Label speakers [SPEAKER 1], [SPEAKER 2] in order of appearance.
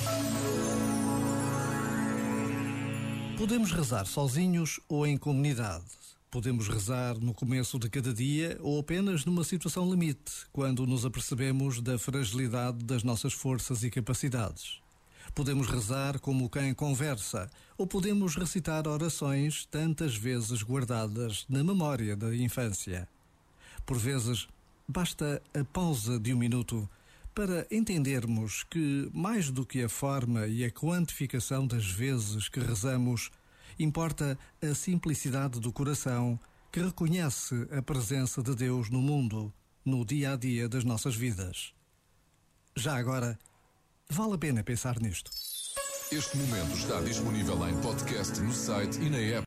[SPEAKER 1] Podemos rezar sozinhos ou em comunidade. Podemos rezar no começo de cada dia ou apenas numa situação limite, quando nos apercebemos da fragilidade das nossas forças e capacidades. Podemos rezar como quem conversa, ou podemos recitar orações tantas vezes guardadas na memória da infância. Por vezes, basta a pausa de um minuto para entendermos que, mais do que a forma e a quantificação das vezes que rezamos, importa a simplicidade do coração que reconhece a presença de Deus no mundo, no dia-a-dia das nossas vidas. Já agora, vale a pena pensar nisto.
[SPEAKER 2] Este momento está disponível em podcast no site e na app.